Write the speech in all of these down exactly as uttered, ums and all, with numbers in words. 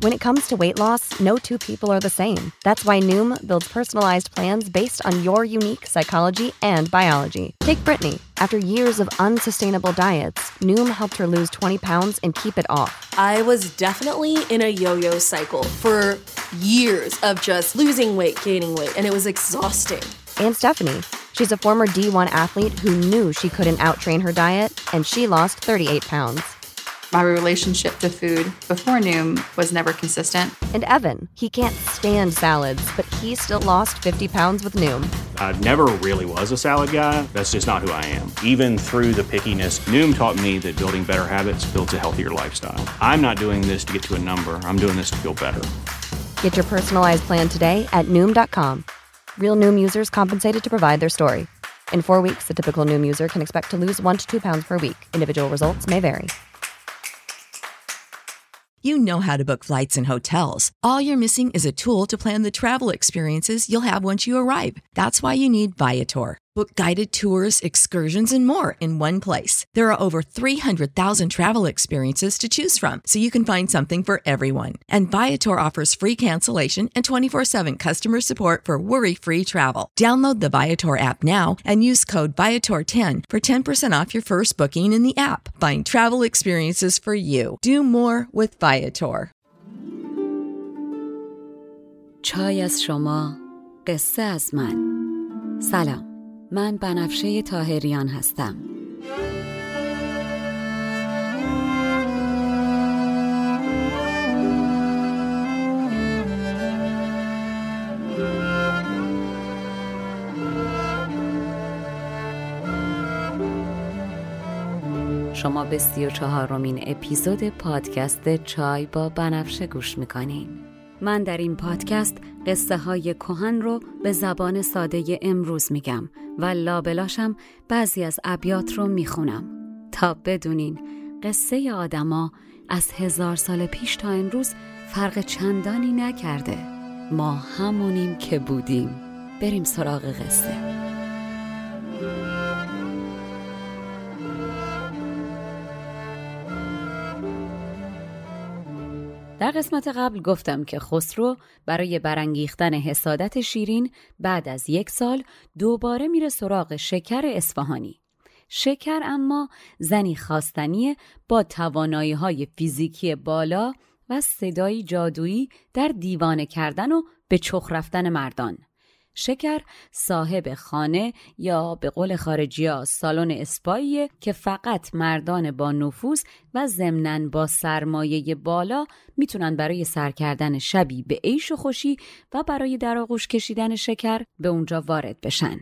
When it comes to weight loss, no two people are the same. That's why Noom builds personalized plans based on your unique psychology and biology. Take Brittany. After years of unsustainable diets, Noom helped her lose twenty pounds and keep it off. I was definitely in a yo-yo cycle for years of just losing weight, gaining weight, and it was exhausting. And Stephanie. She's a former D one athlete who knew she couldn't outtrain her diet, and she lost thirty-eight pounds. My relationship to food before Noom was never consistent. And Evan, he can't stand salads, but he still lost fifty pounds with Noom. I never really was a salad guy. That's just not who I am. Even through the pickiness, Noom taught me that building better habits builds a healthier lifestyle. I'm not doing this to get to a number. I'm doing this to feel better. Get your personalized plan today at Noom dot com. Real Noom users compensated to provide their story. In four weeks, the typical Noom user can expect to lose one to two pounds per week. Individual results may vary. You know how to book flights and hotels. All you're missing is a tool to plan the travel experiences you'll have once you arrive. That's why you need Viator. Book guided tours, excursions, and more in one place. There are over three hundred thousand travel experiences to choose from, so you can find something for everyone. And Viator offers free cancellation and twenty-four seven customer support for worry-free travel. Download the Viator app now and use code Viator ten for ten percent off your first booking in the app. Find travel experiences for you. Do more with Viator. چای از شما، قصه از من. سلام. من بنفشه طاهریان هستم. شما به سی و چهارمین اپیزود پادکست چای با بنفشه گوش میکنین. من در این پادکست قصه های کهن رو به زبان ساده امروز میگم و لابلاشم بعضی از ابیات رو میخونم تا بدونین قصه آدما از هزار سال پیش تا امروز فرق چندانی نکرده. ما همونیم که بودیم. بریم سراغ قصه. در قسمت قبل گفتم که خسرو برای برانگیختن حسادت شیرین بعد از یک سال دوباره میره سراغ شکر اصفهانی. شکر اما زنی خواستنی با توانایی‌های فیزیکی بالا و صدایی جادویی در دیوانه کردن و به چخ رفتن مردان. شکر صاحب خانه یا به قول خارجی‌ها سالن اسپاییه که فقط مردان با نفوذ و ضمناً با سرمایه بالا میتونن برای سر کردن شبی به عیش و خوشی و برای در آغوش کشیدن شکر به اونجا وارد بشن.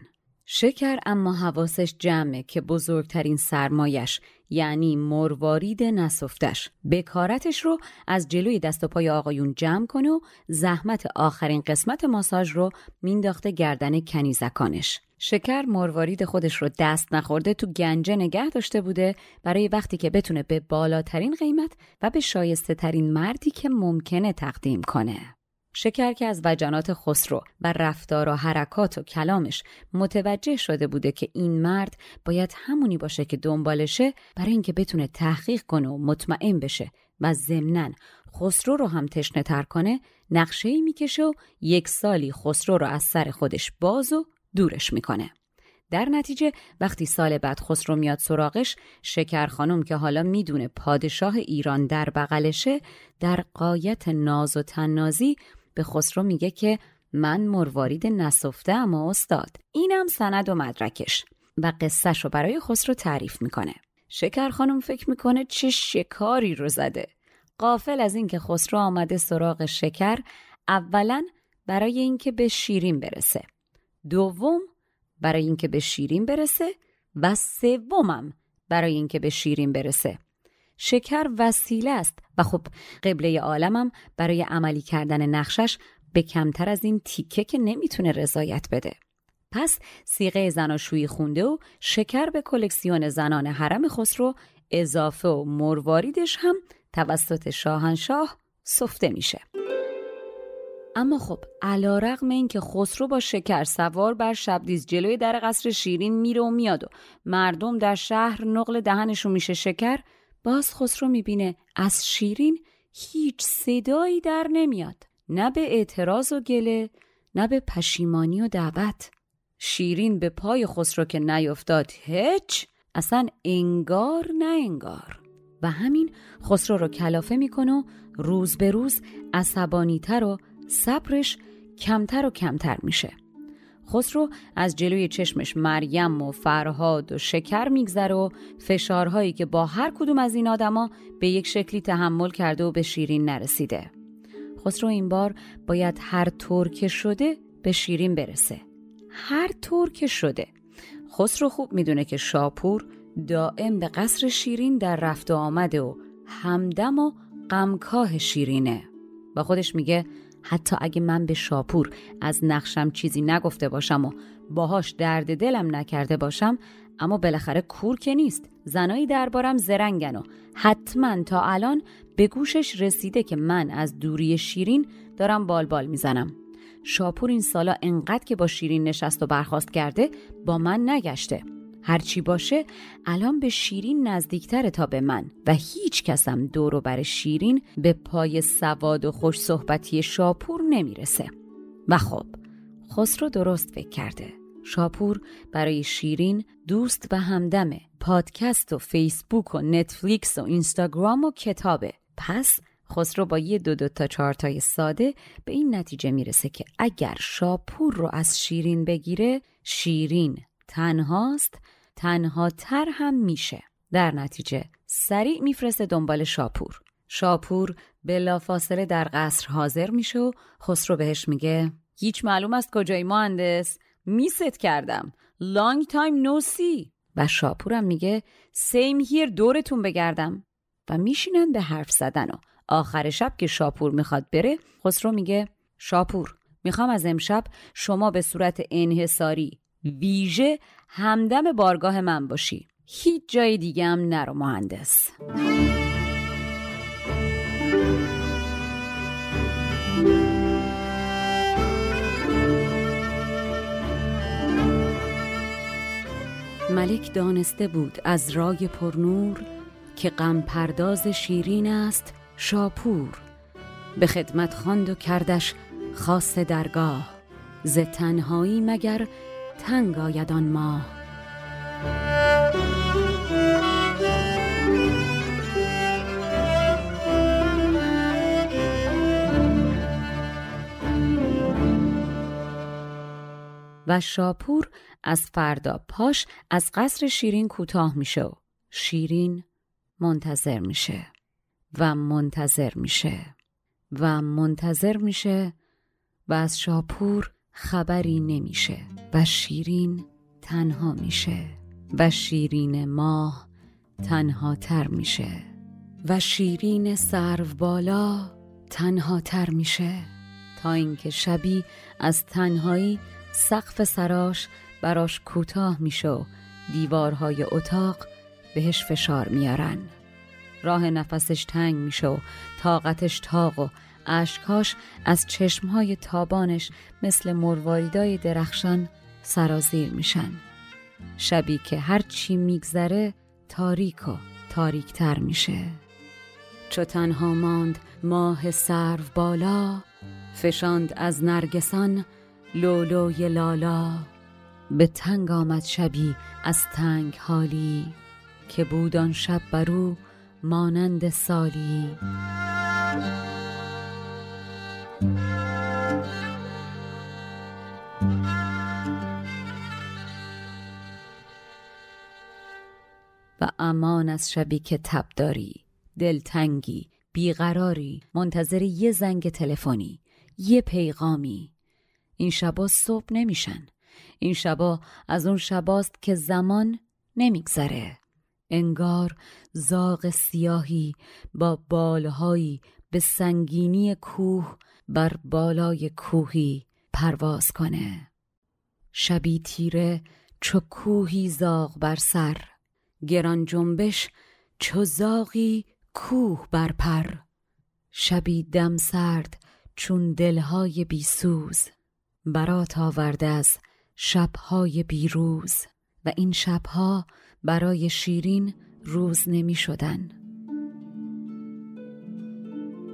شکر اما حواسش جمعه که بزرگترین سرمایش یعنی مروارید نسفتش بکارتش رو از جلوی دست و پای آقایون جمع کنه و زحمت آخرین قسمت ماساژ رو مینداخته گردن کنیزکانش. شکر مروارید خودش رو دست نخورده تو گنجه نگه داشته بوده برای وقتی که بتونه به بالاترین قیمت و به شایسته ترین مردی که ممکنه تقدیم کنه. شکر که از وجنات خسرو و رفتار و حرکات و کلامش متوجه شده بوده که این مرد باید همونی باشه که دنبالشه برای اینکه بتونه تحقیق کنه و مطمئن بشه و ضمناً خسرو رو هم تشنه تر کنه، نقشه‌ای میکشه و یک سالی خسرو رو از سر خودش باز و دورش میکنه. در نتیجه وقتی سال بعد خسرو میاد سراغش، شکر خانم که حالا میدونه پادشاه ایران در بغلشه، در غایت ناز و طنازی به خسرو میگه که من مروارید نسفته اما استاد، اینم سند و مدرکش، و قصهش رو برای خسرو تعریف میکنه. شکر خانم فکر میکنه چه شکاری رو زده. غافل از این که خسرو آمده سراغ شکر، اولا برای اینکه به شیرین برسه، دوم برای اینکه به شیرین برسه و سومم برای اینکه به شیرین برسه. شکر وسیله است و خب قبله عالمم برای عملی کردن نقشش به کمتر از این تیکه که نمیتونه رضایت بده. پس صیغه زناشویی خونده و شکر به کلکسیون زنان حرم خسرو اضافه و مرواریدش هم توسط شاهنشاه سفته میشه. اما خب علیرغم این که خسرو با شکر سوار بر شبدیز جلوی در قصر شیرین میره و میاد و مردم در شهر نقل دهنشون میشه شکر، باز خسرو میبینه از شیرین هیچ صدایی در نمیاد، نه به اعتراض و گله، نه به پشیمانی و دعوت. شیرین به پای خسرو که نیفتاد هیچ، اصلا انگار نه انگار. و همین خسرو رو کلافه میکنه و روز به روز عصبانی‌تر و صبرش کمتر و کمتر میشه. خسرو از جلوی چشمش مریم و فرهاد و شکر میگذره و فشارهایی که با هر کدوم از این آدما به یک شکلی تحمل کرده و به شیرین نرسیده. خسرو این بار باید هر طور که شده به شیرین برسه. هر طور که شده. خسرو خوب میدونه که شاپور دائم به قصر شیرین در رفت و آمده و همدم و غمکاه شیرینه. با خودش میگه حتی اگه من به شاپور از نقشم چیزی نگفته باشم و باهاش درد دلم نکرده باشم، اما بالاخره کور که نیست. زنایی دربارم زرنگن و حتما تا الان به گوشش رسیده که من از دوری شیرین دارم بال بال میزنم. شاپور این سالا انقدر که با شیرین نشست و برخاست کرده با من نگشته. هرچی باشه الان به شیرین نزدیکتره تا به من و هیچ کسم دور و بر شیرین به پای سواد و خوش صحبتی شاپور نمیرسه. و خب خسرو درست فکر کرده. شاپور برای شیرین دوست و همدمه، پادکست و فیسبوک و نتفلیکس و اینستاگرام و کتابه. پس خسرو با یه دو دو تا چهارتای ساده به این نتیجه میرسه که اگر شاپور رو از شیرین بگیره، شیرین تنهاست، تنها تر هم میشه. در نتیجه سریع میفرسته دنبال شاپور. شاپور بلافاصله در قصر حاضر میشه و خسرو بهش میگه هیچ معلوم است کجایی مهندس؟ میست کردم. long time no see. و شاپورم میگه same here، دورتون بگردم. و میشینن به حرف زدن و آخر شب که شاپور میخواد بره، خسرو میگه شاپور میخوام از امشب شما به صورت انحصاری ویژه همدم بارگاه من باشی، هیچ جای دیگه هم نرو مهندس. ملک دانسته بود از رای پرنور که غم پرداز شیرین است شاپور. به خدمت خواند و کردش خاص درگاه، ز تنهایی مگر تنگ آید آن ماه. و شاپور از فردا پاش از قصر شیرین کوتاه میشه و شیرین منتظر میشه و منتظر میشه و منتظر میشه و از شاپور خبری نمیشه و شیرین تنها میشه و شیرین ماه تنها تر میشه و شیرین سرو بالا تنها تر میشه تا اینکه شبی از تنهایی سقف سراش براش کوتاه میشه و دیوارهای اتاق بهش فشار میارن. راه نفسش تنگ میشه و طاقتش تاق و اشکاش از چشمهای تابانش مثل مرواریدای درخشان سرازیر میشن. شبی که هر چی میگذره تاریک و تاریکتر میشه. چو تنها ماند ماه سرو بالا، فشاند از نرگسان لولوی لالا. به تنگ آمد شبی از تنگ حالی، که بود آن شب برو مانند سالی. و امان از شبی که تب داری، دلتنگی، بیقراری، منتظر یه زنگ تلفنی، یه پیغامی. این شبا صبح نمیشن. این شبا از اون شباست که زمان نمیگذره. انگار زاغ سیاهی با بالهایی به سنگینی کوه بر بالای کوهی پرواز کنه. شبی تیره چو کوهی زاغ بر سر، گران جنبش چو زاغی کوه بر پر. شبی دم سرد چون دلهای بیسوز، برات آورده از شبهای بیروز. و این شبها برای شیرین روز نمی شدن.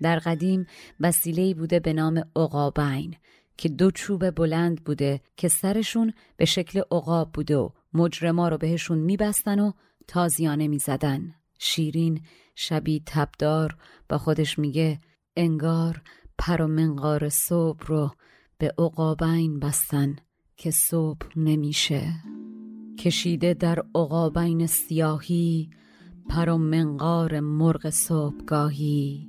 در قدیم وسیله‌ای بوده به نام عقابین که دو چوب بلند بوده که سرشون به شکل عقاب بوده و مجرما رو بهشون میبستن و تازیانه میزدن. شیرین شبی تبدار با خودش میگه انگار پر و منقار صبح رو به عقابین بستن که صبح نمیشه. کشیده در عقابین سیاهی پر و منقار مرغ صبحگاهی.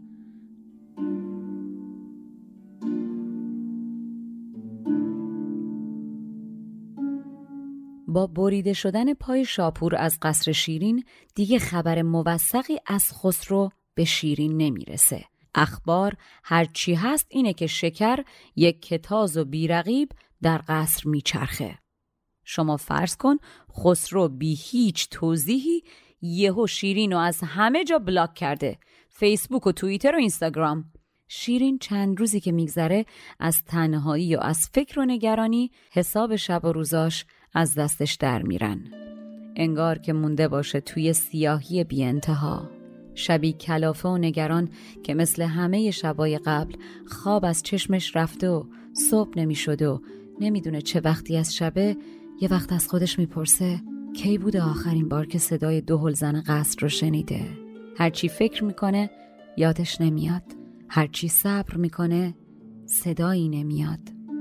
با بریده شدن پای شاپور از قصر شیرین دیگه خبر موثقی از خسرو به شیرین نمیرسه. اخبار هرچی هست اینه که شکر یک کتاز و بیرقیب در قصر میچرخه. شما فرض کن خسرو بی هیچ توضیحی یهو شیرین رو از همه جا بلاک کرده، فیسبوک و توییتر و اینستاگرام. شیرین چند روزی که میگذره از تنهایی و از فکر و نگرانی حساب شب و روزاش از دستش در میرن. انگار که مونده باشه توی سیاهی بی انتها. شبی کلافه و نگران که مثل همه شبای قبل خواب از چشمش رفته و صبح نمی شده و نمیدونه چه وقتی از شبه. یه وقت از خودش میپرسه کی بوده آخرین بار که صدای دهلزن قصر رو شنیده. هرچی فکر میکنه یادش نمیاد، هرچی صبر میکنه صدایی نمیاد.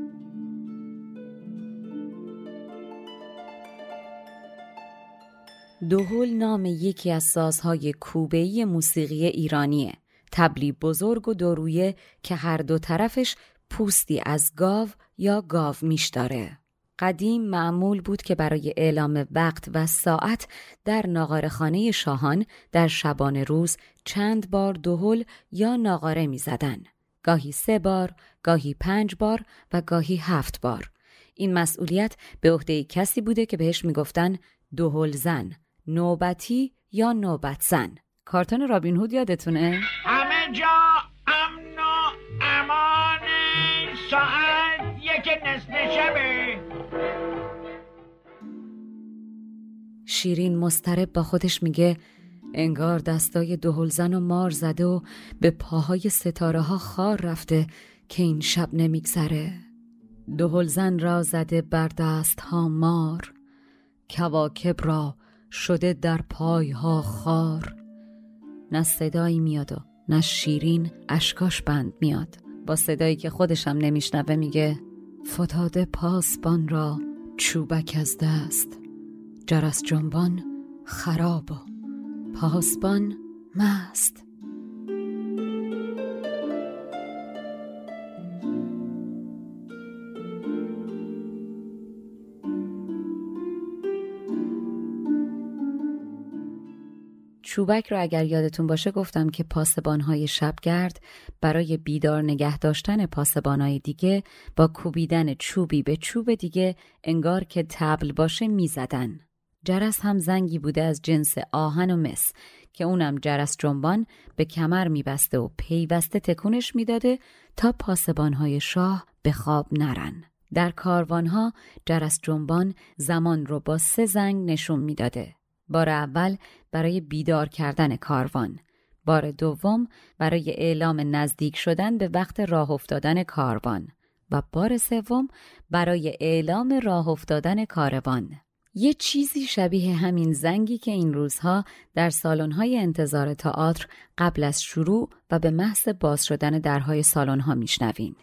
دهل نام یکی از سازهای کوبه‌ای موسیقی ایرانیه. طبلی بزرگ و دورویه که هر دو طرفش پوستی از گاو یا گاومیش داره. قدیم معمول بود که برای اعلام وقت و ساعت در ناقاره‌خانه شاهان در شبانه روز چند بار دهل یا ناقاره می زدن. گاهی سه بار، گاهی پنج بار و گاهی هفت بار. این مسئولیت به عهده کسی بوده که بهش می گفتن دهل زن، نوبتی یا نوبت زن. کارتون رابین هود یادتونه؟ همه جا امن و امان، ساعت یک نصف شبه. شیرین مضطرب با خودش میگه انگار دستای دهلزن و مار زده و به پاهای ستاره ها خار رفته که این شب نمیگذره. دهلزن را زده بر دست ها مار، کواکب را شده در پای ها خار. نه صدایی میاد و نه شیرین اشکاش بند میاد. با صدایی که خودشم نمیشنوه میگه فتاده پاسبان را چوبک از دست، جرس جنبان خراب و پاسبان مست. چوبک رو اگر یادتون باشه گفتم که پاسبان‌های شبگرد برای بیدار نگه داشتن پاسبان‌های دیگه با کوبیدن چوبی به چوب دیگه انگار که طبل باشه میزدن. جرس هم زنگی بوده از جنس آهن و مس که اونم جرس جنبان به کمر میبسته و پیوسته تکونش میداده تا پاسبان‌های شاه به خواب نرن. در کاروان‌ها جرس جنبان زمان رو با سه زنگ نشون میداده. بار اول برای بیدار کردن کاروان، بار دوم برای اعلام نزدیک شدن به وقت راه افتادن کاروان و بار سوم برای اعلام راه افتادن کاروان. یه چیزی شبیه همین زنگی که این روزها در سالن‌های انتظار تئاتر قبل از شروع و به محض باز شدن درهای سالن‌ها میشنوین.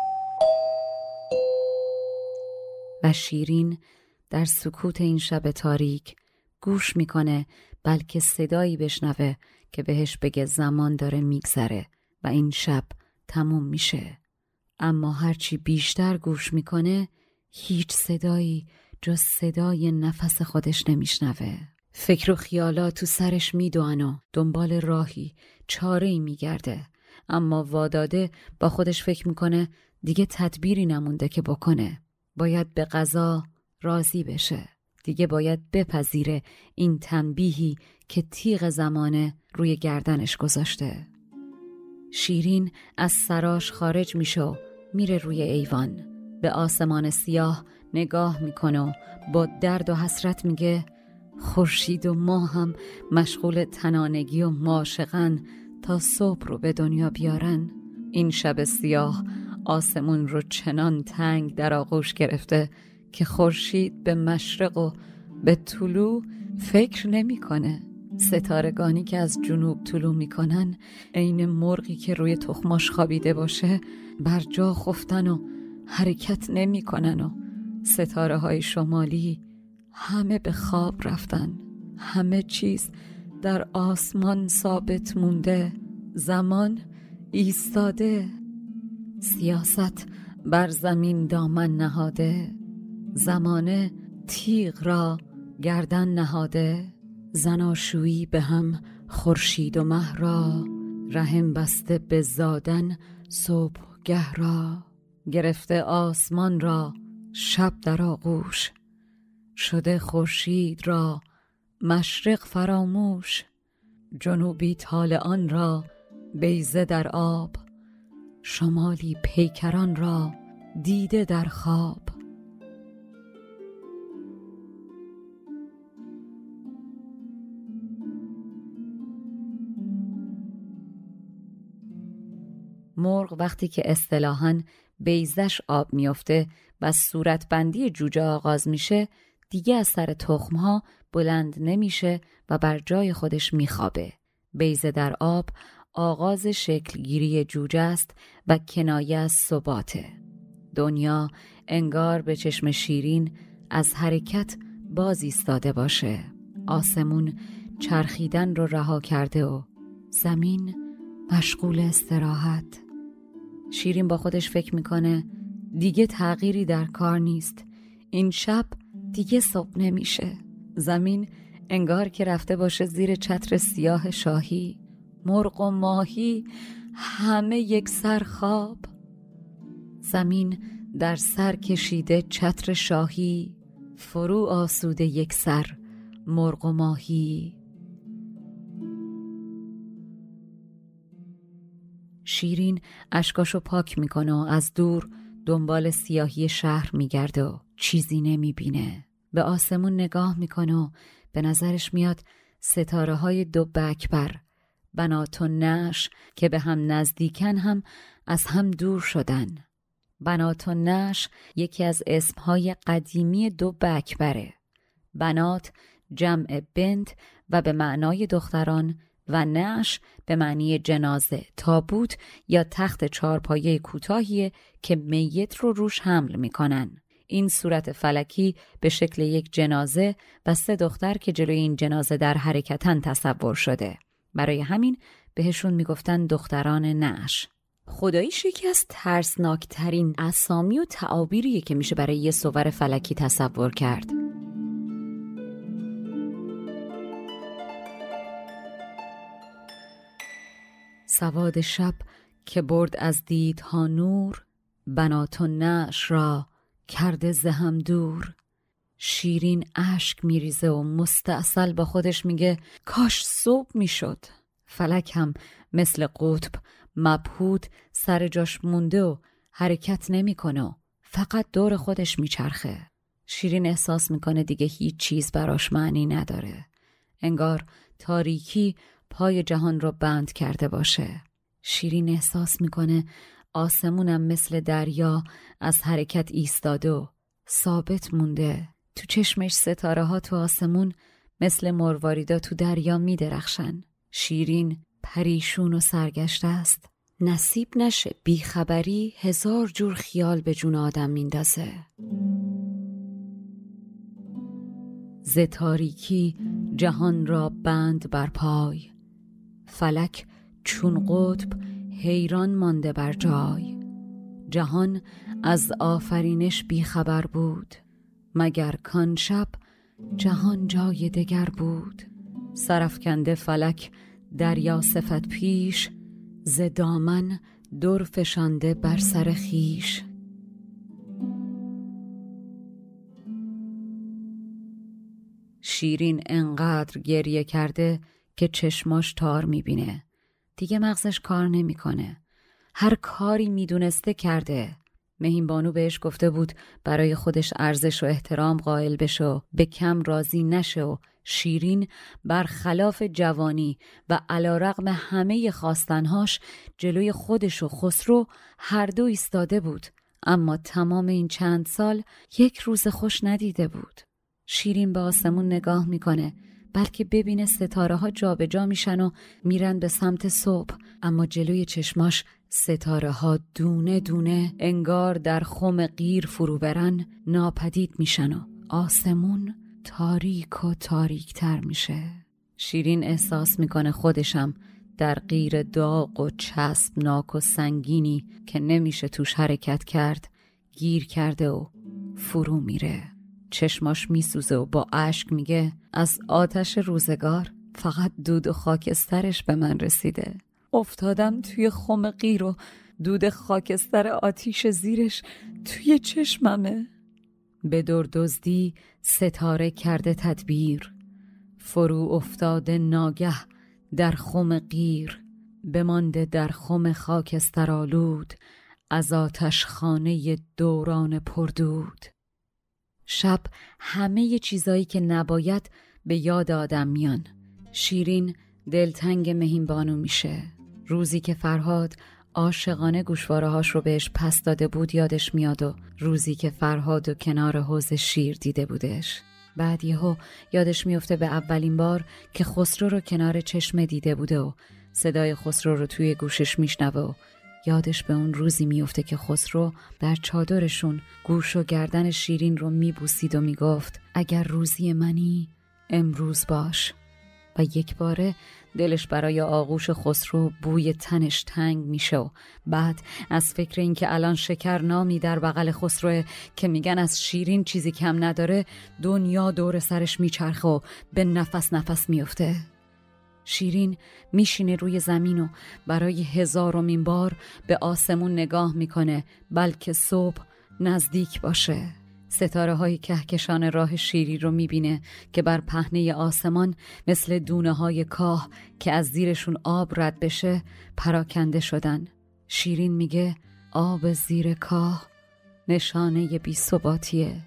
و شیرین در سکوت این شب تاریک گوش میکنه بلکه صدایی بشنوه که بهش بگه زمان داره میگذره و این شب تموم میشه. اما هرچی بیشتر گوش میکنه هیچ صدایی جز صدای نفس خودش نمیشنوه. فکر و خیالات تو سرش میدوئن و دنبال راهی چاره‌ای میگرده، اما واداده با خودش فکر میکنه دیگه تدبیری نمونده که بکنه. باید به قضا راضی بشه. دیگه باید بپذیره این تنبیهی که تیغ زمانه روی گردنش گذاشته. شیرین از سراش خارج میشه و میره روی ایوان. به آسمان سیاه نگاه میکنه و با درد و حسرت میگه خورشید و ماه هم مشغول تنانگی و معاشقن تا صبح رو به دنیا بیارن. این شب سیاه آسمون رو چنان تنگ در آغوش گرفته که خورشید به مشرق و به طلوع فکر نمی کنه. ستارگانی که از جنوب طلوع می کنن عین مرغی که روی تخماش خوابیده باشه بر جا خفتن و حرکت نمی کنن و ستاره های شمالی همه به خواب رفتن. همه چیز در آسمان ثابت مونده. زمان ایستاده. سیاست بر زمین دامن نهاده. زمانه تیغ را گردن نهاده. زناشویی به هم خورشید و مه را، رحم بسته به زادن صبحگه را. گرفته آسمان را شب در آغوش، شده خورشید را مشرق فراموش. جنوبی طالعان را بیضه در آب، شمالی پیکران را دیده در خواب. مرغ وقتی که اصطلاحاً بیضه‌ش آب میفته و صورتبندی جوجه آغاز میشه، دیگه از سر تخمها بلند نمیشه و بر جای خودش میخوابه. بیضه در آب آغاز شکلگیری جوجه است و کنایه از ثباته. دنیا انگار به چشم شیرین از حرکت باز ایستاده باشه. آسمون چرخیدن رو رها کرده و زمین مشغول استراحت. شیرین با خودش فکر میکنه دیگه تغییری در کار نیست. این شب دیگه صبح نمیشه. زمین انگار که رفته باشه زیر چتر سیاه شاهی. مرغ و ماهی همه یک سر خواب. زمین در سر کشیده چتر شاهی، فرو آسوده یک سر مرغ و ماهی. شیرین اشکاشو پاک میکنه و از دور دنبال سیاهی شهر میگرده و چیزی نمیبینه. به آسمون نگاه میکنه و به نظرش میاد ستاره های دو اکبر، بنات و نعش که به هم نزدیکن هم از هم دور شدن. بنات و نعش یکی از اسمهای قدیمی دو اکبره. بنات جمع بنت و به معنای دختران و نعش به معنی جنازه، تابوت یا تخت چارپایه کوتاهیه که میت رو روش حمل میکنن. این صورت فلکی به شکل یک جنازه و سه دختر که جلوی این جنازه در حرکتن تصور شده. برای همین بهشون میگفتن دختران نعش. خداییش یکی از ترسناکترین اسامی و تعابیریه که میشه برای یه صور فلکی تصور کرد. سواد شب که برد از دیدها نور، بنات و نعش را کرده ز هم دور. شیرین اشک میریزه و مستعسل با خودش میگه کاش صبح میشد. فلک هم مثل قطب مبهوت سر جاش مونده و حرکت نمیکنه و فقط دور خودش میچرخه. شیرین احساس میکنه دیگه هیچ چیز براش معنی نداره. انگار تاریکی پای جهان رو بند کرده باشه. شیرین احساس میکنه آسمونم مثل دریا از حرکت ایستاده و ثابت مونده. تو چشمش ستاره ها تو آسمون مثل مرواریدا تو دریا می درخشن. شیرین پریشون و سرگشته است. نصیب نشه بیخبری هزار جور خیال به جون آدم میندازه. ز تاریکی جهان را بند بر پای، فلک چون قطب حیران مانده بر جای. جهان از آفرینش بیخبر بود، مگر کان شب جهان جای دگر بود. سرافکنده فلک دریا صفت پیش، ز دامن در فشانده بر سر خویش. شیرین انقدر گریه کرده که چشماش تار میبینه. دیگه مغزش کار نمیکنه. هر کاری میدونسته کرده. مهین بانو بهش گفته بود برای خودش ارزش و احترام قائل بشه و به کم راضی نشه و شیرین برخلاف جوانی و علیرغم همه خواستنهاش جلوی خودش و خسرو هر دو ایستاده بود، اما تمام این چند سال یک روز خوش ندیده بود. شیرین به آسمون نگاه میکنه، بلکه ببینه ستاره ها جا به جا میشن و میرن به سمت صبح، اما جلوی چشماش ستاره ها دونه دونه انگار در خم قیر فرو برن ناپدید میشن و آسمون تاریک و تاریک تر میشه. شیرین احساس میکنه خودشم در قیر داغ و چسبناک و سنگینی که نمیشه توش حرکت کرد گیر کرده و فرو میره. چشماش میسوزه و با اشک میگه از آتش روزگار فقط دود و خاکسترش به من رسیده. افتادم توی خم قیر و دود خاکستر آتیش زیرش توی چشممه. به دردزدی ستاره کرده تدبیر، فرو افتاده ناگه در خم قیر، بمانده در خم خاکسترآلود از آتش خانه دوران پردود. شب همه چیزایی که نباید به یاد آدم میان. شیرین دلتنگ مهین بانو میشه. روزی که فرهاد عاشقانه گوشواره هاش رو بهش پس داده بود یادش میاد و روزی که فرهاد و کنار حوض شیر دیده بودش. بعد یهو یادش میفته به اولین بار که خسرو رو کنار چشمه دیده بوده و صدای خسرو رو توی گوشش میشنوه و یادش به اون روزی میفته که خسرو در چادرشون گوش و گردن شیرین رو میبوسید و میگفت اگر روزی منی امروز باش. و یک باره دلش برای آغوش خسرو بوی تنش تنگ میشه و بعد از فکر این که الان شکر نامی در بغل خسروه که میگن از شیرین چیزی کم نداره دنیا دور سرش میچرخه و به نفس نفس میفته. شیرین میشینه روی زمین و برای هزارمین بار به آسمون نگاه میکنه بلکه صبح نزدیک باشه. ستاره های کهکشان راه شیری رو میبینه که بر پهنه آسمان مثل دونه های کاه که از زیرشون آب رد بشه پراکنده شدن. شیرین میگه آب زیر کاه نشانه بی ثباتیه.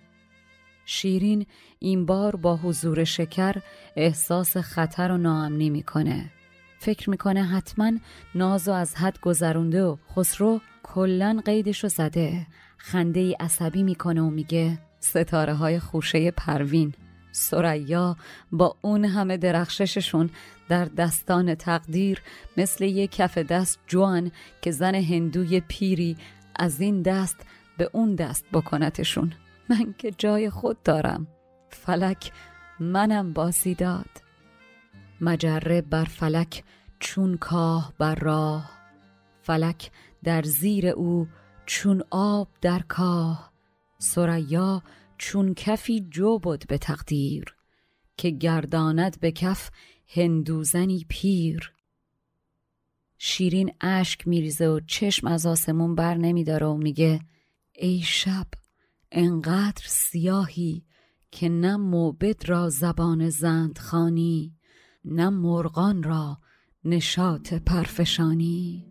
شیرین این بار با حضور شکر احساس خطر و ناامنی میکنه. فکر میکنه حتما نازو از حد گذرونده و خسرو کلن قیدشو زده. خنده ای عصبی میکنه و میگه ستاره های خوشه پروین. ثریا با اون همه درخشششون در دستان تقدیر مثل یک کف دست جوان که زن هندوی پیری از این دست به اون دست بکنتشون. من که جای خود دارم، فلک منم بازی داد. مجره بر فلک چون کاه بر راه، فلک در زیر او چون آب در کاه. ثریا چون کفی جو بود به تقدیر، که گرداند به کف هندوزنی پیر. شیرین اشک میریزه و چشم از آسمون بر نمیداره و میگه ای شب انقدر سیاهی که نه موبد را زبان زند خوانی، نه مرغان را نشاط پرفشانی.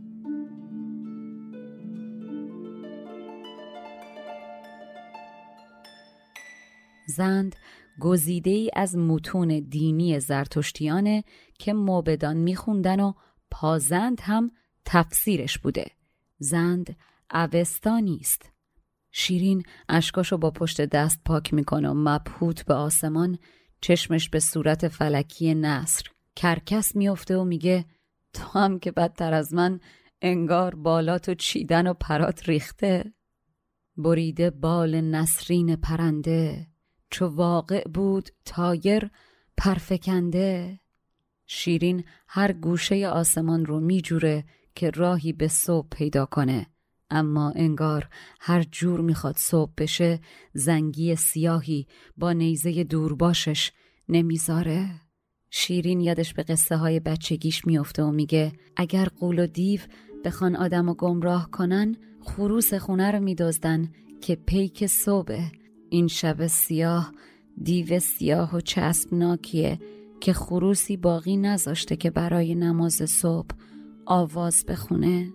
زند گزیده‌ای از متون دینی زرتشتیانه که موبدان میخوندن و پازند هم تفسیرش بوده. زند اوستا نیست. شیرین اشکاشو با پشت دست پاک میکنه و مبهوت به آسمان چشمش به صورت فلکی نصر کرکس میفته و میگه تو هم که بدتر از من انگار بالاتو چیدن و پرات ریخته. بریده بال نسرین پرنده، چو واقع بود طایر پرفکنده. شیرین هر گوشه آسمان رو میجوره که راهی به صبح پیدا کنه، اما انگار هر جور میخواد صبح بشه زنگی سیاهی با نیزه دورباشش نمیذاره. شیرین یادش به قصه های بچگیش میفته و میگه اگر غول و دیو بخوان آدم و گمراه کنن خروس خونه رو میدزدن که پیک صبح. این شب سیاه دیو سیاه و چسبناکیه که خروسی باقی نذاشته که برای نماز صبح آواز بخونه.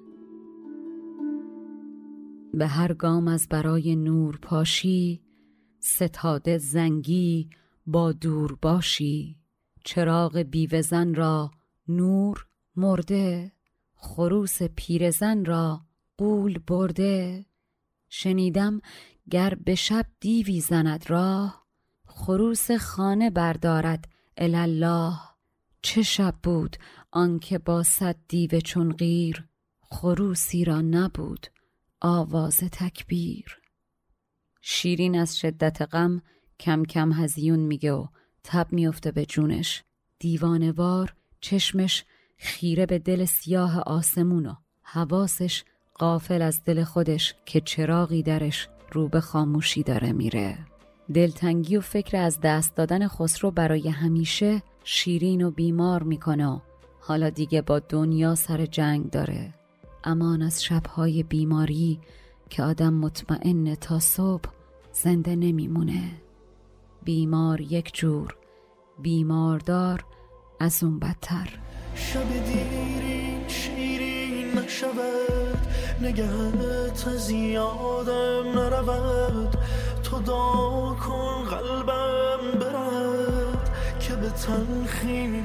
به هر گام از برای نور پاشی، ستاده زنگی با دور باشی. چراغ بیوه‌زن را نور مرده، خروس پیرزن را غول برده. شنیدم گر به شب دیوی زند راه، خروس خانه بردارد الالله. چه شب بود آنکه با صد دیو چون قیر، خروسی را نبود آواز تکبیر. شیرین از شدت غم کم کم هزیون میگه و تب میفته به جونش. دیوانوار چشمش خیره به دل سیاه آسمون و حواسش غافل از دل خودش که چراغی درش رو به خاموشی داره میره. دلتنگی و فکر از دست دادن خسرو برای همیشه شیرین و بیمار میکنه و حالا دیگه با دنیا سر جنگ داره. امان از شبهای بیماری که آدم مطمئن تا صبح زنده نمیمونه. بیمار یک جور، بیماردار از اون بدتر. شب دیرین شیرین نشود، نگهت از یادم نرود. تو دعا کن قلبم برد که به تلخی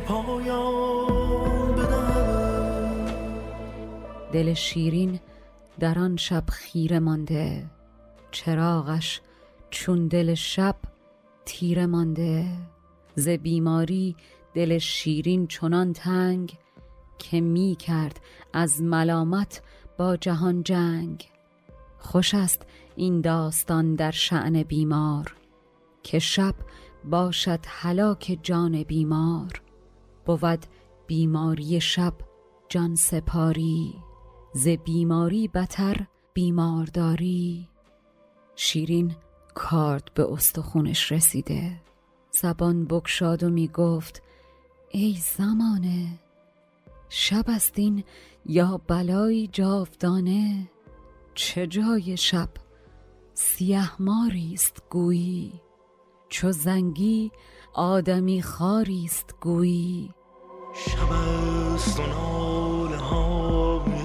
پایان بدهد. دل شیرین در آن شب خیره مانده، چراغش چون دل شب تیره مانده. ز بیماری دل شیرین چنان تنگ که می کرد از ملامت با جهان جنگ. خوش است این داستان در شأن بیمار که شب باشد هلاک جان بیمار. بود بیماری شب جان سپاری، ز بیماری بتر بیمارداری. شیرین کارد به استخونش رسیده، زبان بگشاد و می گفت ای زمانه، شب است این یا بلایی جاودانه. چه جای شب سیه ماریست گویی، چو زنگی آدمی خاریست گویی. شب است و ناله های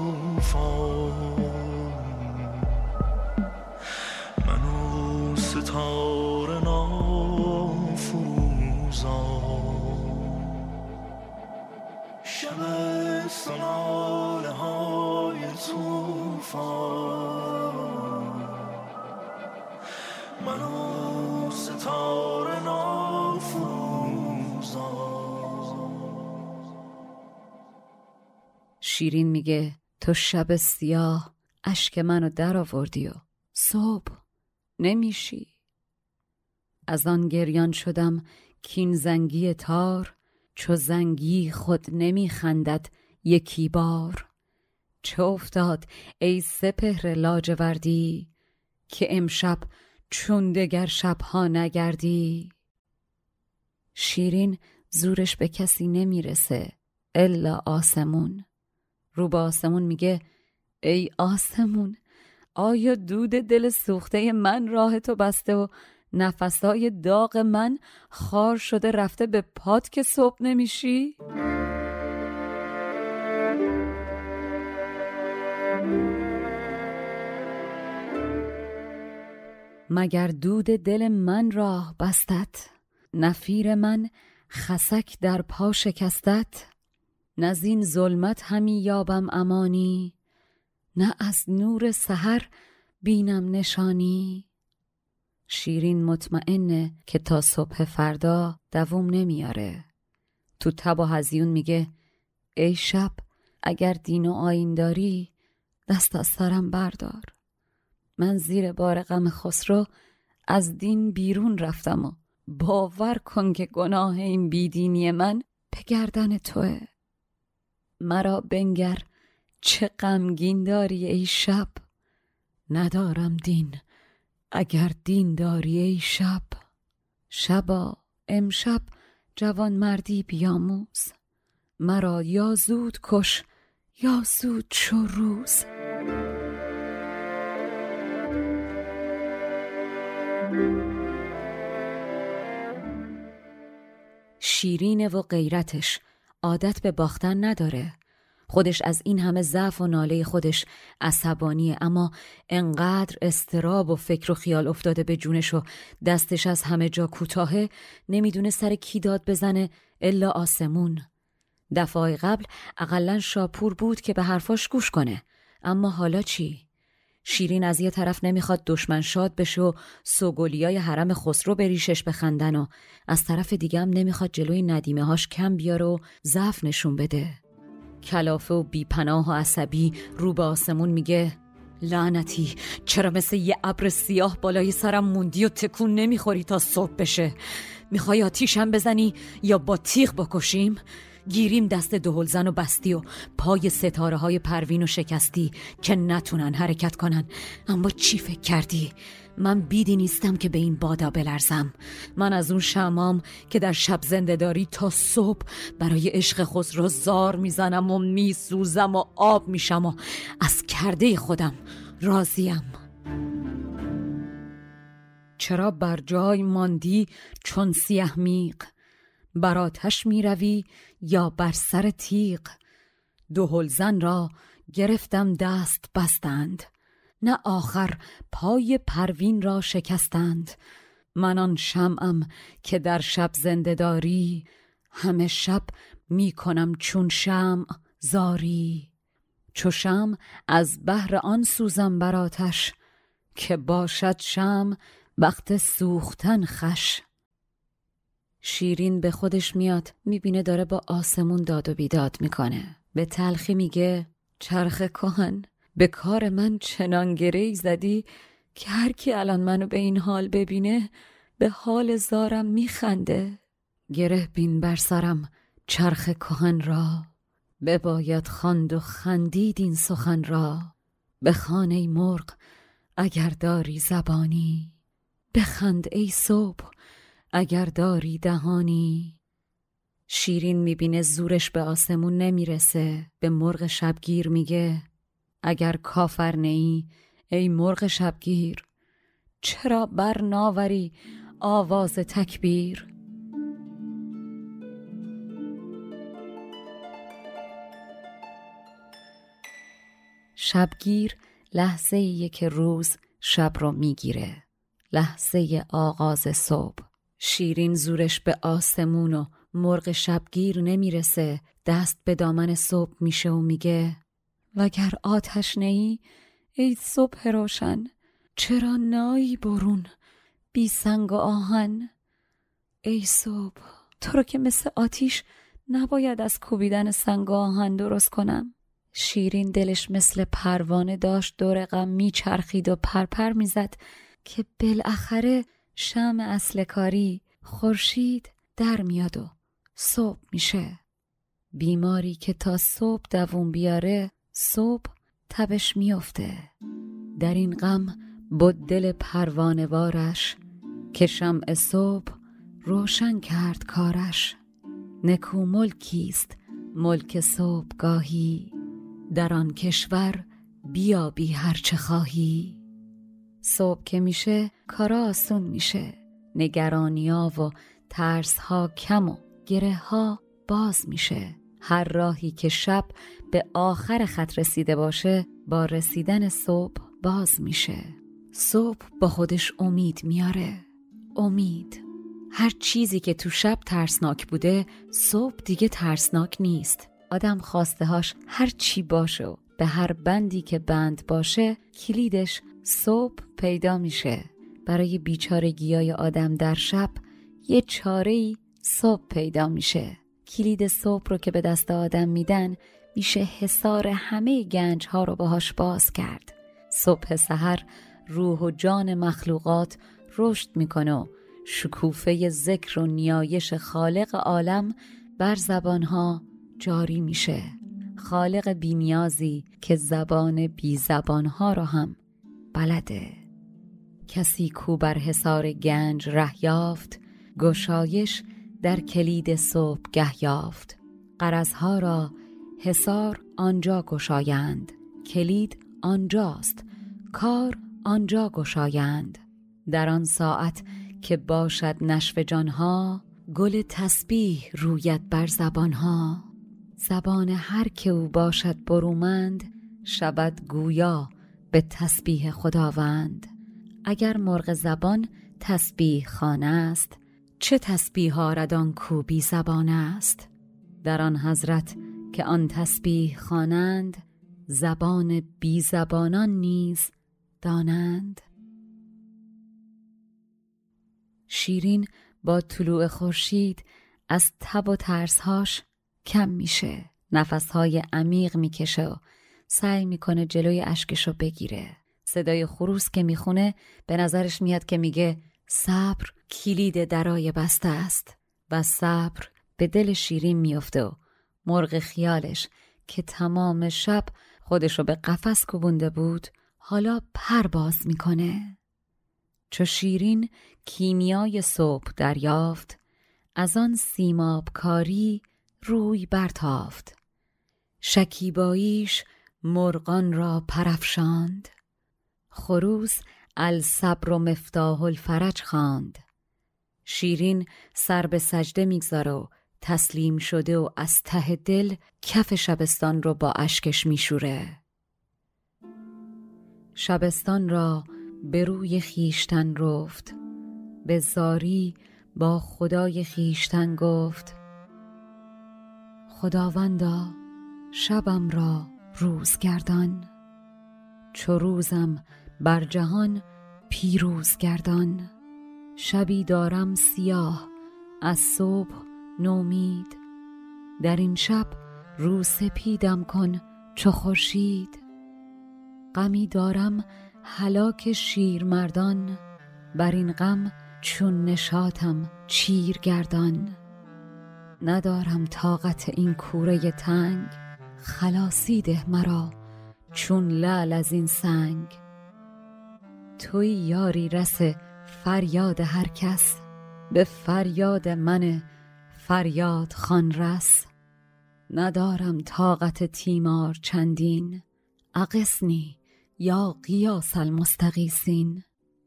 طوفان، من و ستاره نافروزان. شب است و ناله های طوفان، من و ستاره نافروزان. شیرین میگه تو شب سیاه اشک منو در آوردی و صبح نمیشی. از آن گریان شدم کین زنگی تار، چو زنگی خود نمیخندد یکی بار. چه افتاد ای سپهر لاجوردی، که امشب چون دگر شبها نگردی. شیرین زورش به کسی نمیرسه الا آسمون. رو به آسمون میگه ای آسمون، آیا دود دل سوخته من راه تو بسته و نفسای داغ من خار شده رفته به پات که صبح نمیشی؟ مگر دود دل من راه بستت، نفیر من خسک در پا شکستت. نه زین ظلمت همی یابم امانی، نه از نور سحر بینم نشانی. شیرین مطمئنه که تا صبح فردا دووم نمیاره. تو تب و هزیون میگه ای شب، اگر دین و آیین داری دست از سرم بردار. من زیر بار غم خسرو از دین بیرون رفتم و باور کن که گناه این بیدینی من به گردن توه. مرا بنگر چه غمگین داری ای شب، ندارم دین اگر دین داری ای شب. شبا امشب جوان مردی بیاموز، مرا یا زود کش یا زود شو روز. شیرینه و غیرتش عادت به باختن نداره. خودش از این همه ضعف و ناله خودش عصبانیه، اما انقدر اضطراب و فکر و خیال افتاده به جونش و دستش از همه جا کوتاهه نمیدونه سر کی داد بزنه الا آسمون. دفعه قبل اقلن شاپور بود که به حرفاش گوش کنه، اما حالا چی؟ شیرین از یه طرف نمیخواد دشمن شاد بشه و سوگلیای حرم خسرو به ریشش بخندن و از طرف دیگه هم نمیخواد جلوی ندیمه هاش کم بیاره و ضعف نشون بده. کلافه و بیپناه و عصبی رو به آسمون میگه لعنتی، چرا مثل یه ابر سیاه بالای سرم موندی و تکون نمیخوری تا صبح بشه؟ میخوای آتیشم بزنی یا با تیغ بکشیم؟ گیریم دست دهلزن و بستی و پای ستاره های پروین و شکستی که نتونن حرکت کنن. اما چی فکر کردی؟ من بیدی نیستم که به این بادا بلرزم. من از اون شمام که در شب زنده‌داری تا صبح برای عشق خسرو زار میزنم و میسوزم و آب میشم و از کرده خودم راضیم. چرا بر جای ماندی چون سیه میغ؟ بر آتش می روی یا بر سر تیغ؟ دهلزن را گرفتم دست بستند، نه آخر پای پروین را شکستند. من آن شمعم که در شب زنده داری، همه شب می کنم چون شمع زاری. چو شمع از بهر آن سوزم بر آتش، که باشد شمع وقت سوختن خوش. شیرین به خودش میاد، میبینه داره با آسمون داد و بیداد میکنه. به تلخی میگه چرخ کهن، به کار من چنان گره‌ای زدی که هر کی الان منو به این حال ببینه به حال زارم میخنده. گره بین بر سرم چرخ کهن را، بباید خواند و خندید این سخن را. بخوان ای مرغ اگر داری زبانی، بخند ای صبح اگر داری دهانی. شیرین میبینه زورش به آسمون نمیرسه، به مرغ شبگیر میگه اگر کافر نی ای مرغ شبگیر، چرا بر ناوری آواز تکبیر؟ شبگیر لحظه ایه که روز شب رو میگیره، لحظه آغاز صبح. شیرین زورش به آسمون و مرغ شبگیر نمیرسه، دست به دامن صبح میشه و میگه وگر آتش نی ای صبح روشن، چرا نایی برون بی سنگ و آهن؟ ای صبح، تو رو که مثل آتیش نباید از کوبیدن سنگ و آهن درست کنم. شیرین دلش مثل پروانه داشت دور غم میچرخید و پرپر میزد که بالاخره شمع اصل کاری خورشید در میاد و صبح میشه. بیماری که تا صبح دووم بیاره صبح تبش میفته. در این غم بود دل پروانه وارش، که شمع صبح روشن کرد کارش. نکو ملکیست ملک صبحگاهی، در آن کشور بیابی هرچه خواهی. صبح که میشه کارا آسون میشه، نگرانی‌ها و ترس‌ها کم و گره‌ها باز میشه. هر راهی که شب به آخر خط رسیده باشه با رسیدن صبح باز میشه. صبح با خودش امید میاره. امید. هر چیزی که تو شب ترسناک بوده صبح دیگه ترسناک نیست. آدم خواسته هاش هر چی باشه و به هر بندی که بند باشه کلیدش صبح پیدا میشه. برای بیچارگیای آدم در شب یه چاره‌ای صبح پیدا میشه. کلید صبح رو که به دست آدم میدن میشه حصار همه گنج ها رو باهاش باز کرد. صبح سحر روح و جان مخلوقات رشد میکنه و شکوفه ذکر و نیایش خالق عالم بر زبانها جاری میشه. خالق بی‌نیازی که زبان بی زبانها رو هم بلده. کسی کو بر حصار گنج ره یافت، گشایش در کلید صبح گه یافت. غرضها را حصار آنجا گشایند، کلید آنجاست، کار آنجا گشایند. در آن ساعت که باشد نشو جانها، گل تسبیح روید بر زبانها. زبان هر که او باشد برومند، شود گویا به تسبیح خداوند. اگر مرغ زبان تسبیح خوان است، چه تسبیح آرد آن کو بی زبان است؟ در آن حضرت که آن تسبیح خوانند، زبان بی زبانان نیز دانند. شیرین با طلوع خورشید از تب و ترسهاش کم میشه. نفسهای عمیق میکشه و سعی میکنه جلوی اشکشو بگیره. صدای خروس که میخونه به نظرش میاد که میگه صبر کلید درای بسته است. و صبر به دل شیرین میفته و مرغ خیالش که تمام شب خودشو به قفس کوبونده بود حالا پرواز میکنه. چو شیرین کیمیای صبح دریافت، از آن سیماب کاری روی برتافت. شکیباییش مرغان را پرافشاند، خروس الصبر و مفتاح الفرج خواند. شیرین سر به سجده میگذاره و تسلیم شده و از ته دل کف شبستان رو با اشکش میشوره. شبستان را به روی خیشتن رفت، به زاری با خدای خیشتن گفت خداوندا شبم را روز گردان، چو روزم بر جهان پیروز گردان. شبی دارم سیاه از صبح نومید، در این شب رو سپیدم کن چو خورشید. غمی دارم هلاک شیرمردان، بر این غم چون نشاطم چیر گردان. ندارم طاقت این کوره تنگ، خلاصی ده مرا چون لعل از این سنگ. توی یاری رس فریاد هر کس، به فریاد من فریاد خوان رس. ندارم طاقت تیمار چندین، اغثنی یا غیاث المستغیثین.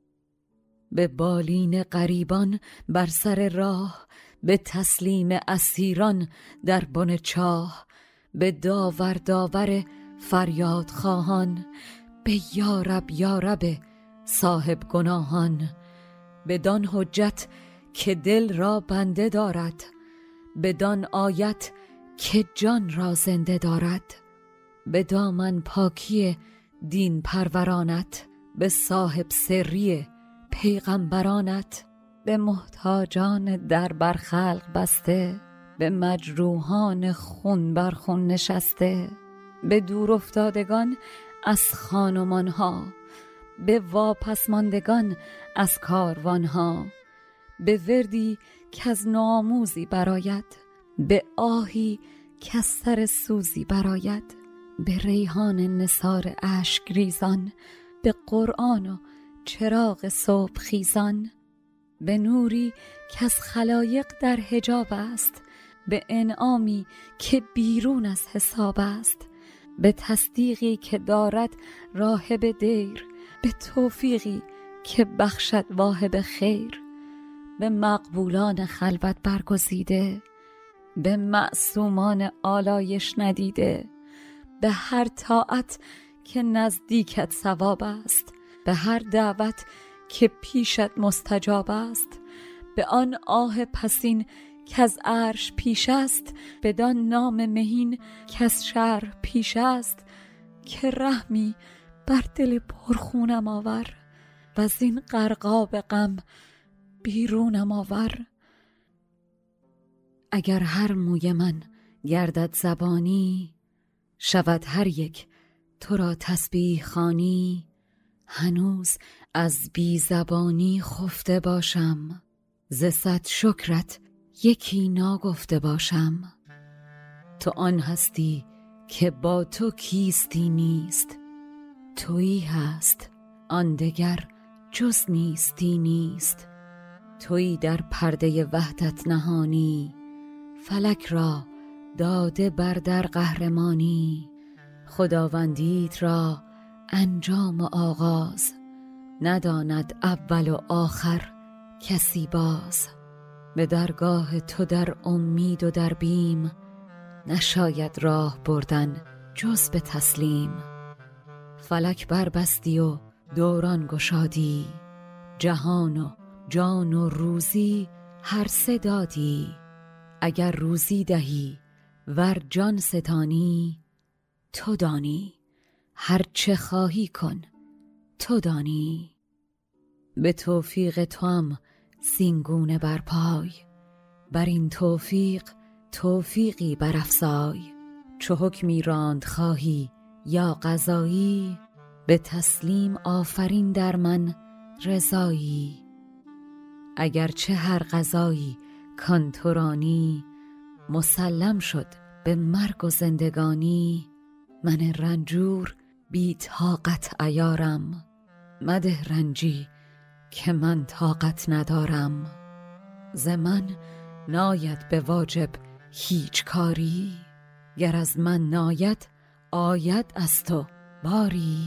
به بالین غریبان بر سر راه، به تسلیم اسیران در بن چاه. به داور داور فریاد خواهان، به یارب یارب صاحب گناهان. بدان حجت که دل را بنده دارد، بدان آیت که جان را زنده دارد. به دامن پاکی دین پرورانت، به صاحب سری پیغمبرانت. به محتاجان در بر خلق بسته، به مجروحان خون بر خون نشسته. به دور افتادگان از خانمانها، به واپس ماندگان از کاروانها. به وردی که از نوآموزی براید، به آهی که از سر سوزی براید. به ریحان نثار اشک ریزان، به قرآن و چراغ صبح خیزان. به نوری که از خلایق در حجاب است، به انعامی که بیرون از حساب است. به تصدیقی که دارد راهب دیر، به توفیقی که بخشد واهب خیر. به مقبولان خلوت برگزیده، به معصومان آلایش ندیده. به هر طاعت که نزدیکت ثواب است، به هر دعوت که پیشت مستجاب است. به آن آه پسین که از عرش پیش است، بدان نام مهین که از شرح پیش است. که رحمی بر دل پرخونم آور، و از این غرقاب غم بیرونم آور. اگر هر موی من گردد زبانی، شود هر یک تو را تسبیح خوانی. هنوز از بی زبانی خفته باشم، ز صد شکرت یکی ناگفته باشم. تو آن هستی که با تو کیستی نیست، تویی هست آن دگر جز نیستی نیست. تویی در پرده وحدت نهانی، فلک را داده بر در قهرمانی. خداوندیت را انجام و آغاز، نداند اول و آخر کسی باز. به درگاه تو در امید و در بیم، نشاید راه بردن جز به تسلیم. فلک بربستی و دوران گشادی، جهان و جان و روزی هر سه دادی. اگر روزی دهی ور جان ستانی، تو دانی هر چه خواهی کن تو دانی. به توفیق توام سینگونه بر پای، بر این توفیق توفیقی برافزای. چو حکمی راند خواهی یا قضایی، به تسلیم آفرین در من رضایی. اگرچه هر قضایی کان تو رانی، مسلم شد به مرگ و زندگانی. من رنجور بی طاقت عیارم، مده رنجی که من طاقت ندارم. ز من ناید به واجب هیچ کاری، گر از من ناید آید از تو باری.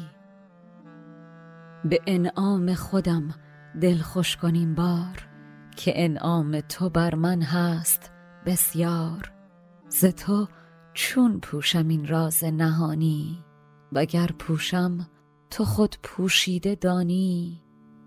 به انعام خودم دل خوش کنیم بار، که انعام تو بر من هست بسیار. ز تو چون پوشم این راز نهانی، وگر پوشم تو خود پوشیده دانی.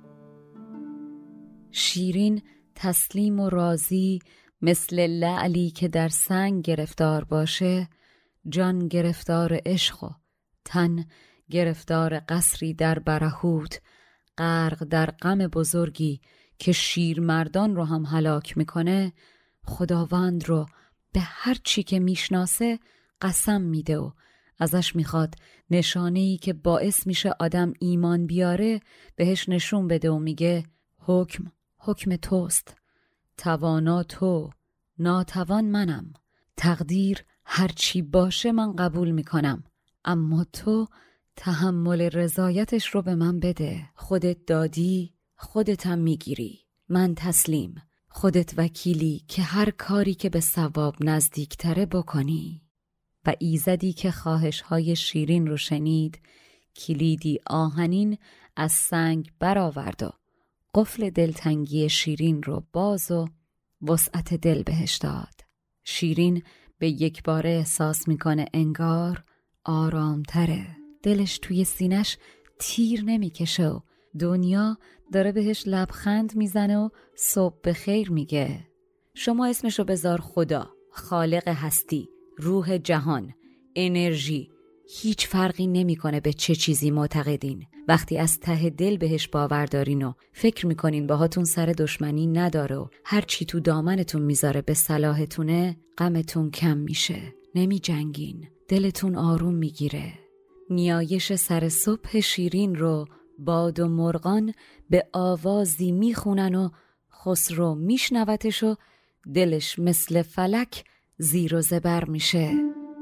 شیرین تسلیم و راضی مثل لعلی که در سنگ گرفتار باشه، جان گرفتار عشق و تن گرفتار قصری در برهوت، غرق در غم بزرگی که شیرمردان رو هم هلاک میکنه، خداوند رو به هر چی که میشناسه قسم میده و ازش میخواد نشانه‌ای که باعث میشه آدم ایمان بیاره بهش نشون بده و میگه حکم حکم توست، توانا تو، ناتوان منم. تقدیر هر چی باشه من قبول میکنم، اما تو تحمل رضایتش رو به من بده. خودت دادی خودت هم میگیری، من تسلیم، خودت وکیلی که هر کاری که به ثواب نزدیکتره بکنی. و ایزدی که خواهش‌های شیرین رو شنید، کلیدی آهنین از سنگ برآورد و قفل دلتنگی شیرین رو باز و وسعت دل بهش داد. شیرین به یک باره احساس میکنه انگار آرامتره، دلش توی سینش تیر نمیکشه و دنیا داره بهش لبخند میزنه و صبح بخیر میگه. شما اسمشو بذار خدا، خالق هستی، روح جهان، انرژی، هیچ فرقی نمیکنه به چه چیزی معتقدین. وقتی از ته دل بهش باور دارین و فکر میکنین باهاتون سر دشمنی نداره و هر چی تو دامنتون میذاره به صلاحتونه، غمتون کم میشه، نمی جنگین، دلتون آروم میگیره. نیایش سر صبح شیرین رو باد و مرغان به آوازی میخونن و خسرو میشنوتش و دلش مثل فلک زیر و زبر میشه.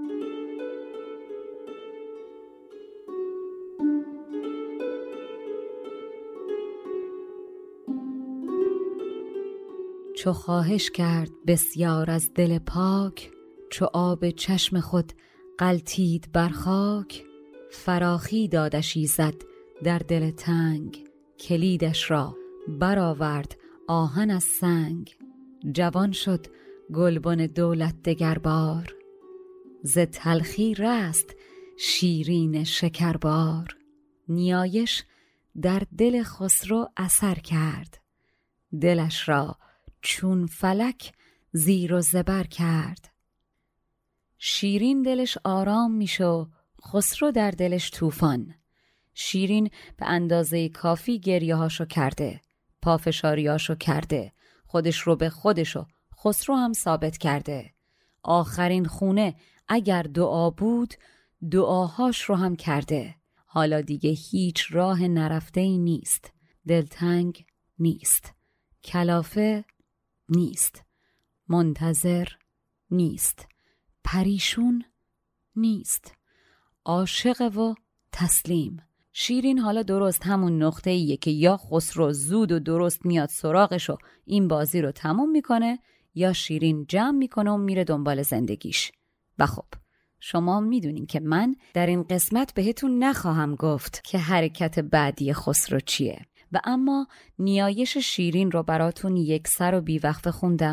چو خواهش کرد بسیار از دل پاک، چو آب چشم خود غلتید بر خاک. فراخی دادش ایزد در دل تنگ، کلیدش را برآورد آهن از سنگ. جوان شد گلبن دولت دگربار، ز تلخی رست شیرین شکربار. نیایش در دل خسرو اثر کرد، دلش را چون فلک زیر و زبر کرد. شیرین دلش آرام میشه و خسرو در دلش طوفان. شیرین به اندازه کافی گریه‌هاشو کرده، پافشاریاشو کرده، خودش رو به خودشو خسرو هم ثابت کرده. آخرین خونه اگر دعا بود، دعاهاش رو هم کرده. حالا دیگه هیچ راه نرفته‌ای نیست، دلتنگ نیست، کلافه نیست، منتظر نیست، پریشون نیست، عاشق و تسلیم. شیرین حالا درست همون نقطه ایه که یا خسرو زود و درست میاد سراغش و این بازی رو تموم میکنه، یا شیرین جمع میکنه و میره دنبال زندگیش. و خب شما میدونین که من در این قسمت بهتون نخواهم گفت که حرکت بعدی خسرو چیه، و اما نیایش شیرین رو براتون یک سر و بیوقفه خوندم،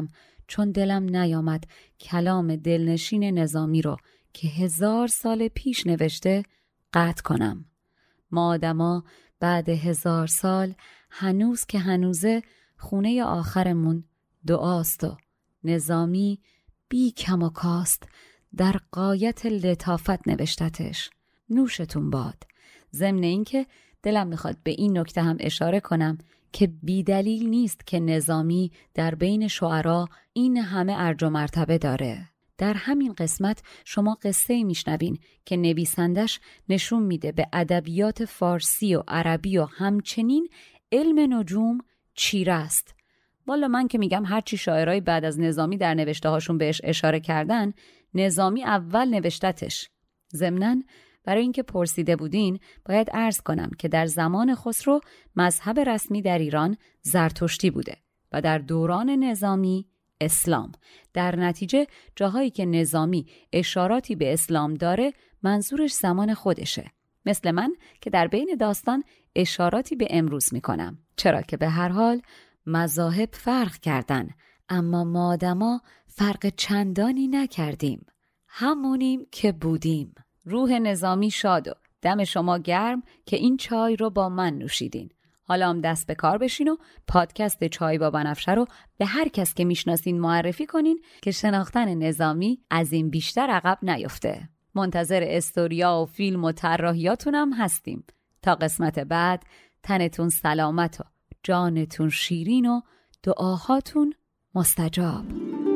چون دلم نیامد کلام دلنشین نظامی رو که هزار سال پیش نوشته قطع کنم. ما آدما بعد هزار سال هنوز که هنوزه خونه آخرمون دعاست و نظامی بی کم و کاست در غایت لطافت نوشتتش. نوشتون باد. ضمن این که دلم میخواد به این نکته هم اشاره کنم که بی دلیل نیست که نظامی در بین شعرا این همه ارج و مرتبه داره. در همین قسمت شما قصه‌ای میشنوین که نویسندش نشون میده به ادبیات فارسی و عربی و همچنین علم نجوم چیره است. والا من که میگم هرچی شاعرای بعد از نظامی در نوشته هاشون بهش اشاره کردن، نظامی اول نوشتتش. ضمناً برای اینکه پرسیده بودین باید عرض کنم که در زمان خسرو مذهب رسمی در ایران زرتشتی بوده و در دوران نظامی اسلام. در نتیجه جاهایی که نظامی اشاراتی به اسلام داره منظورش زمان خودشه. مثل من که در بین داستان اشاراتی به امروز میکنم. چرا که به هر حال مذاهب فرق کردن، اما ما آدما فرق چندانی نکردیم. همونیم که بودیم. روح نظامی شاد و دم شما گرم که این چای رو با من نوشیدین. حالا هم دست به کار بشین و پادکست چای با بنفشه رو به هر کس که میشناسین معرفی کنین که شناختن نظامی از این بیشتر عقب نیفته. منتظر استوریا و فیلم و طراحیاتونم هستیم. تا قسمت بعد تنتون سلامت و جانتون شیرین و دعاهاتون مستجاب.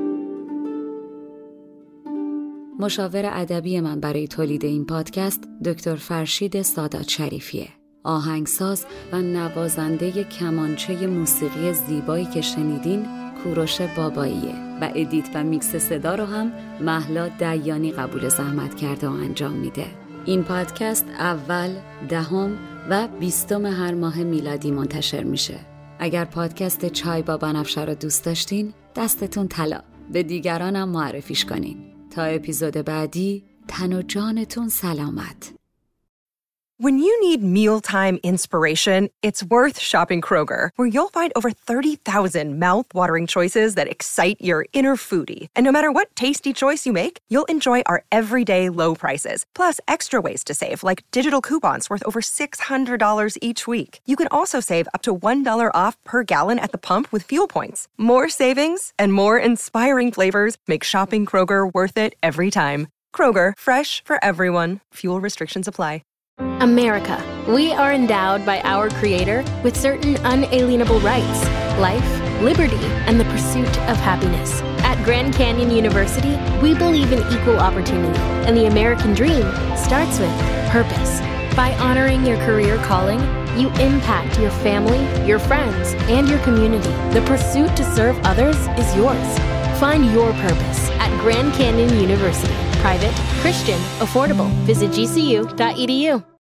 مشاور ادبی من برای تولید این پادکست دکتر فرشید سادات شریفیه. آهنگساز و نوازنده کمانچه موسیقی زیبایی که شنیدین کوروش باباییه و ادیت و میکس صدا رو هم مهلا دیانی قبول زحمت کرده و انجام میده. این پادکست اول، دهم و بیستم هر ماه میلادی منتشر میشه. اگر پادکست چای با بنفشه رو دوست داشتین دستتون طلا، به دیگرانم معرفیش کنین. تا اپیزود بعدی تن و جانتون سلامت. When you need mealtime inspiration, it's worth shopping Kroger, where you'll find over thirty thousand mouth-watering choices that excite your inner foodie. And no matter what tasty choice you make, you'll enjoy our everyday low prices, plus extra ways to save, like digital coupons worth over six hundred dollars each week. You can also save up to one dollar off per gallon at the pump with fuel points. More savings and more inspiring flavors make shopping Kroger worth it every time. Kroger, fresh for everyone. Fuel restrictions apply. America. We are endowed by our Creator with certain unalienable rights: life, liberty, and the pursuit of happiness. At Grand Canyon University, we believe in equal opportunity, and the American dream starts with purpose. By honoring your career calling, you impact your family, your friends, and your community. The pursuit to serve others is yours. Find your purpose at Grand Canyon University. Private, Christian, affordable. Visit G C U dot E D U.